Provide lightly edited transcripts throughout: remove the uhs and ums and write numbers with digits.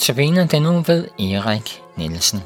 Notabene den nu ved Erik Nielsen.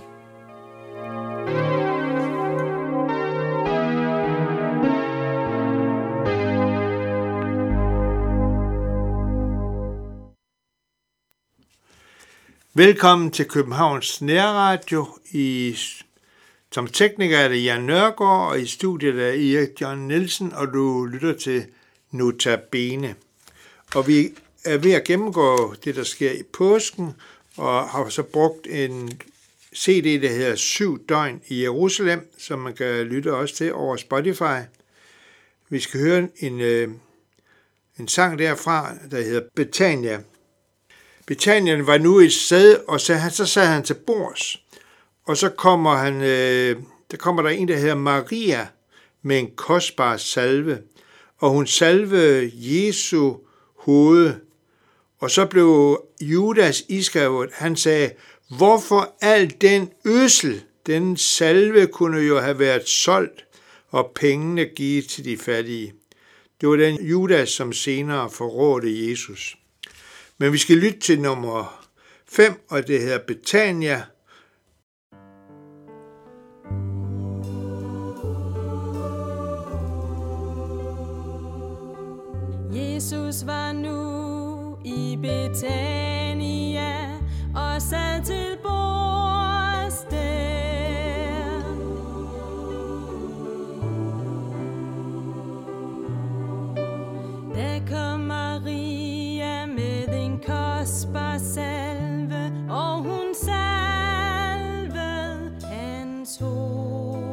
Velkommen til Københavns Nærradio. Som tekniker er det Jan Nørgaard, og i studiet er Erik John Nielsen, og du lytter til Notabene. Og vi er ved at gennemgå det, der sker i påsken, og har så brugt en CD, der hedder 7 døgn i Jerusalem, som man kan lytte også til over Spotify. Vi skal høre en sang derfra, der hedder Betania. Betania var nu et sted, og så sad han til bords. Og så kommer der en, der hedder Maria, med en kostbar salve. Og hun salvede Jesu hoved. Og så blev Judas Iskariot, han sagde, hvorfor al den ødsel, den salve kunne jo have været solgt, og pengene givet til de fattige. Det var den Judas, som senere forrådte Jesus. Men vi skal lytte til nummer 5, og det hedder Betania. Jesus var nu i Betania og sad til bords der. Der kom Maria med en kostbar salve, og hun salvede hans hoved.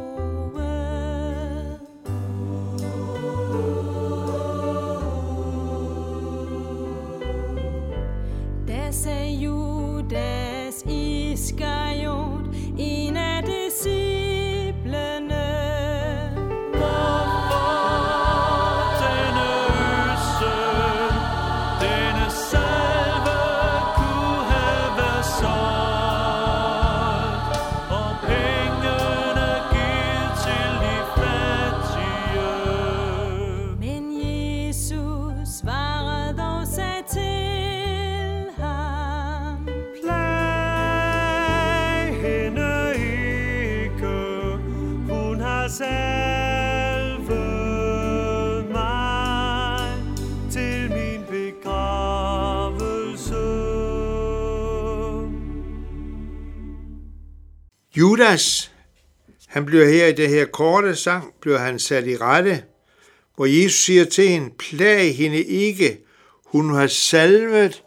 Der sagde Judas Iskariot, en af disciplene, salvet mig til min begravelse. Judas, han bliver her i det her korte sang, bliver han sat i rette, hvor Jesus siger til hende, plag hende ikke, hun har salvet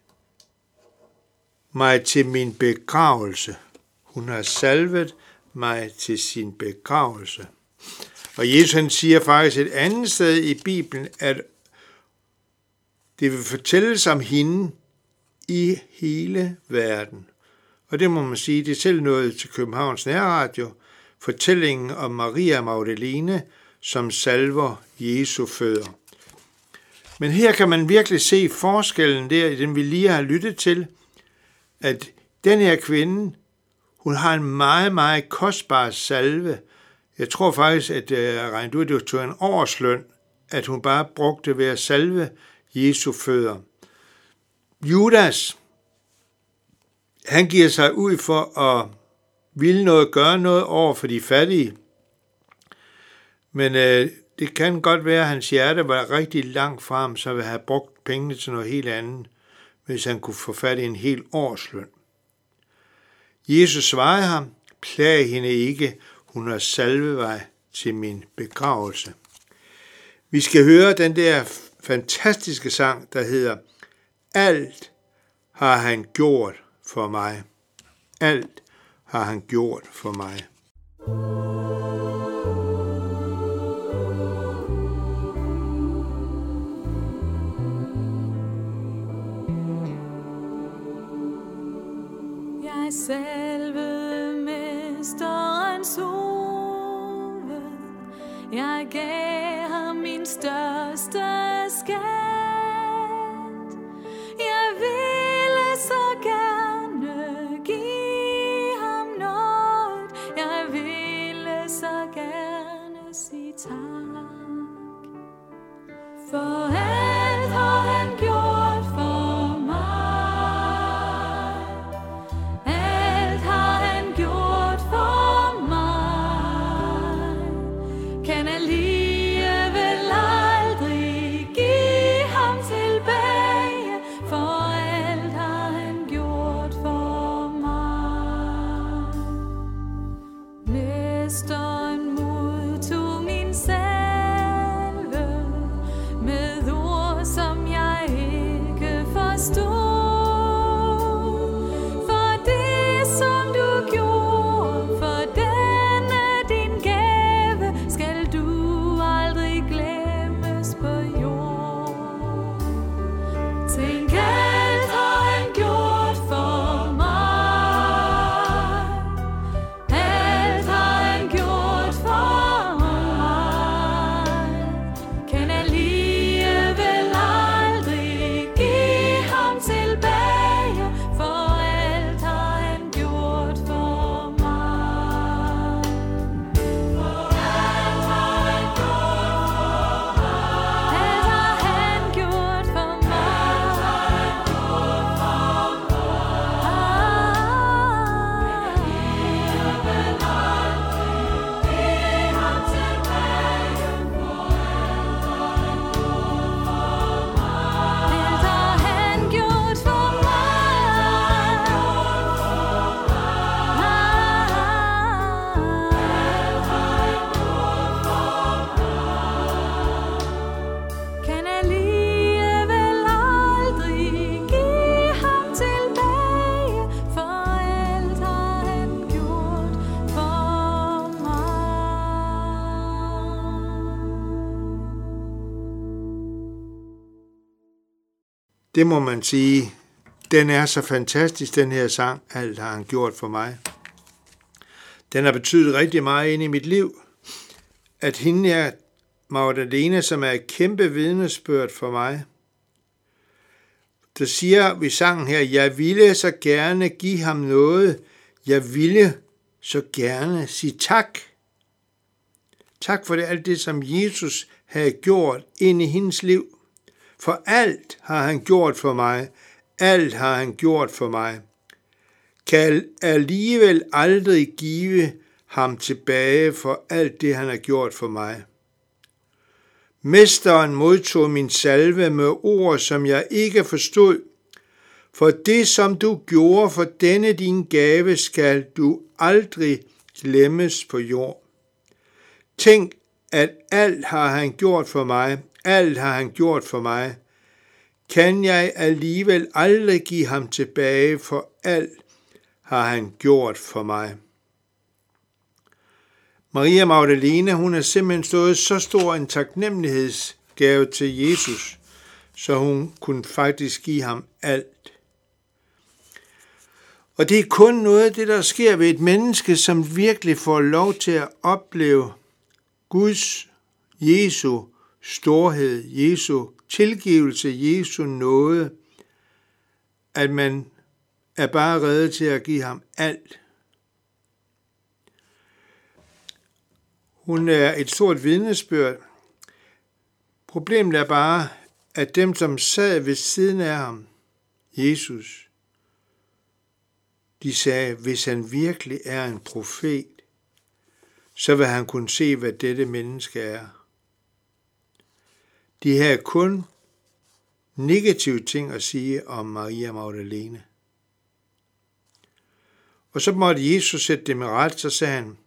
mig til min begravelse. Hun har salvet mig til sin begravelse. Og Jesus han siger faktisk et andet sted i Bibelen, at det vil fortælles om hende i hele verden. Og det må man sige, det er selv noget til Københavns Nærradio, fortællingen om Maria Magdalene, som salver Jesu fødder. Men her kan man virkelig se forskellen der, i den vi lige har lyttet til, at den her kvinde, hun har en meget, meget kostbar salve. Jeg tror faktisk, at jeg regnede ud, at det tog en årsløn, at hun bare brugte ved at salve Jesu fødder. Judas, han giver sig ud for at ville noget, gøre noget over for de fattige. Men det kan godt være, at hans hjerte var rigtig langt fra ham, så ville han have brugt pengene til noget helt andet, hvis han kunne få fat i en hel årsløn. Jesus svarede ham, plag hende ikke, hun har salvet mig til min begravelse. Vi skal høre den der fantastiske sang, der hedder, alt har han gjort for mig. Alt har han gjort for mig. jeg salvede mesterens hoved. Jeg gav ham min største skat. Jeg ville så gerne give ham noget. Jeg ville så gerne sige tak. For alt har han gjort for mig. Mesteren modtog min salve med ord, som jeg ikke forstod. For det, som du gjorde, for denne din gave, skal du aldrig glemmes på jord. Tænk, alt har han gjort for mig. Alt har han gjort for mig. Kan alligevel aldrig give ham tilbage, for alt har han gjort for mig. For alt har han gjort for mig. Alt har han gjort for Alt har han gjort for mig. Kan alligevel aldrig give ham tilbage, for alt har han gjort for mig. Det må man sige. Den er så fantastisk, den her sang, alt har han gjort for mig. Den har betydet rigtig meget inde i mit liv. At hende her, Magdalene, som er et kæmpe vidnesbyrd for mig, der siger vi sangen her, jeg ville så gerne give ham noget. Jeg ville så gerne sige tak. Tak for det, alt det, som Jesus havde gjort ind i hendes liv. For alt har han gjort for mig. Alt har han gjort for mig. Kan alligevel aldrig give ham tilbage for alt det, han har gjort for mig. Mesteren modtog min salve med ord, som jeg ikke forstod. For det, som du gjorde for denne din gave, skal du aldrig glemmes på jord. Tænk, at alt har han gjort for mig. Alt har han gjort for mig. Kan jeg alligevel aldrig give ham tilbage, for alt har han gjort for mig. Maria Magdalene, hun har simpelthen stået så stor en taknemmelighedsgave til Jesus, så hun kunne faktisk give ham alt. Og det er kun noget af det, der sker ved et menneske, som virkelig får lov til at opleve Guds, Jesu storhed, Jesu tilgivelse, Jesu nåde, at man er bare rede til at give ham alt. Hun er et stort vidnesbyrd. Problemet er bare, at dem, som sad ved siden af ham, Jesus, de sagde, hvis han virkelig er en profet, så vil han kunne se, hvad dette menneske er. De havde kun negative ting at sige om Maria Magdalene. Og så måtte Jesus sætte dem i ret, så sagde han,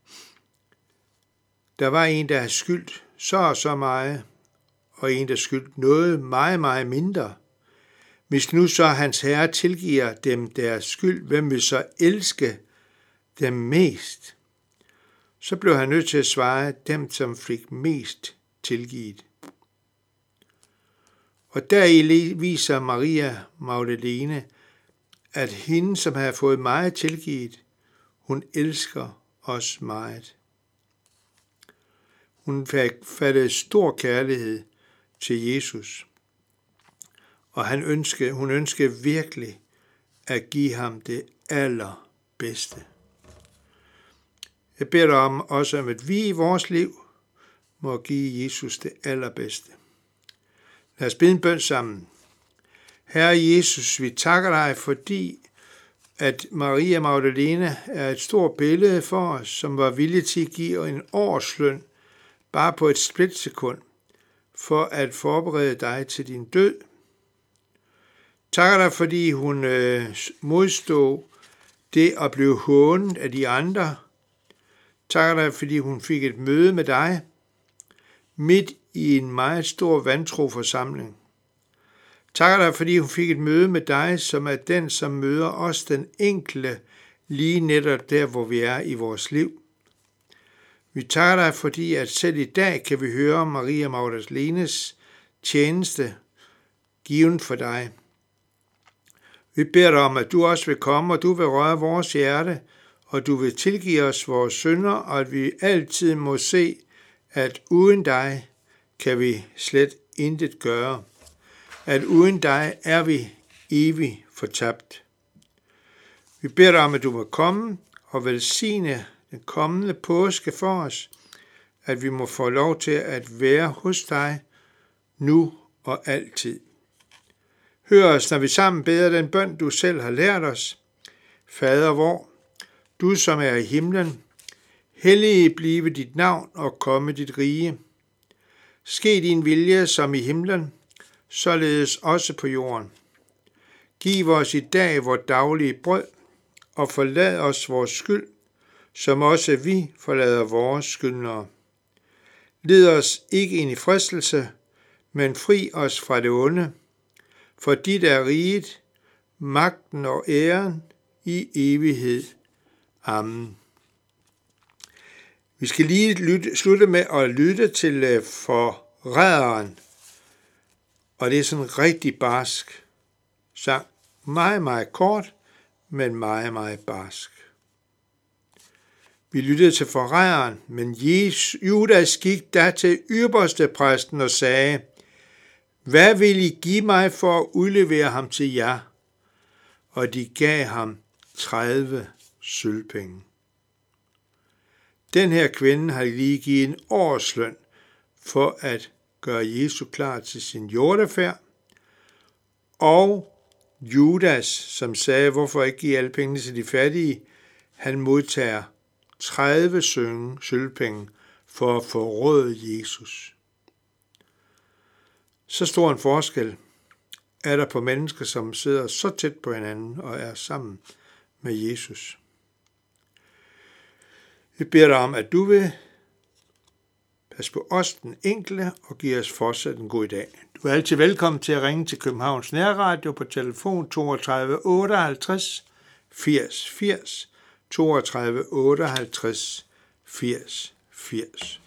der var en, der havde skyldt så og så meget, og en, der skyldt noget meget, meget mindre. Hvis nu så hans herre tilgiver dem deres skyld, hvem vil så elske dem mest? Så blev han nødt til at svare dem, som fik mest tilgivet. Og deri viser Maria Magdalene, at hende, som har fået meget tilgivet, hun elsker os meget. Hun fattede stor kærlighed til Jesus, og hun ønskede virkelig at give ham det allerbedste. Jeg beder dig om også, at vi i vores liv må give Jesus det allerbedste. Lad os bede en bøn sammen. Herre Jesus, vi takker dig, fordi at Maria Magdalene er et stort billede for os, som var villig til at give en årsløn bare på et splitsekund, for at forberede dig til din død. Takker dig, fordi hun modstod det at blive hånet af de andre. Takker dig, fordi hun fik et møde med dig, midt i en meget stor vantro forsamling. Takker dig, fordi hun fik et møde med dig, som er den, som møder os, den enkle, lige netop der, hvor vi er i vores liv. Vi takker dig, fordi at selv i dag kan vi høre Maria Magdalenes tjeneste given for dig. Vi beder dig om, at du også vil komme, og du vil røre vores hjerte, og du vil tilgive os vores synder, og at vi altid må se, at uden dig kan vi slet intet gøre. At uden dig er vi evigt fortabt. Vi beder dig om, at du må komme og velsigne den kommende påske for os, at vi må få lov til at være hos dig nu og altid. Hør os, når vi sammen beder den bøn, du selv har lært os. Fader vor, du som er i himlen, hellige blive dit navn og komme dit rige. Ske din vilje som i himlen, således også på jorden. Giv os i dag vores daglige brød, og forlad os vores skyld, som også vi forlader vores skyldnere. Led os ikke ind i fristelse, men fri os fra det onde, for dit er riget, magten og æren i evighed. Amen. Vi skal lige slutte med at lytte til Forræderen, og det er sådan en rigtig barsk sang. Meget, meget kort, men meget, meget barsk. Vi lyttede til Forræderen, men Judas gik da til ypperste præsten og sagde, hvad vil I give mig for at udlevere ham til jer? Og de gav ham 30 sølvpenge. Den her kvinde har lige givet en årsløn for at gøre Jesus klar til sin jordefærd. Og Judas, som sagde, hvorfor ikke give alle pengene til de fattige, han modtager 30 sølvpenge for at forråde Jesus. Så stor en forskel er der på mennesker, som sidder så tæt på hinanden og er sammen med Jesus. Vi beder dig om, at du vil passe på os, den enkelte, og give os fortsat en god dag. Du er altid velkommen til at ringe til Københavns Nærradio på telefon 32 58 80 80, 32 58 80 80.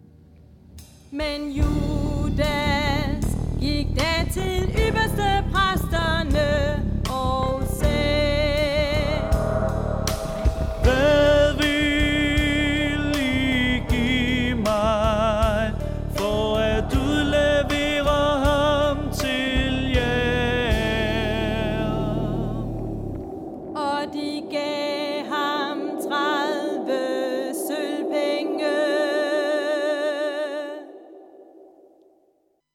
Men Judas gik da til ypperste præst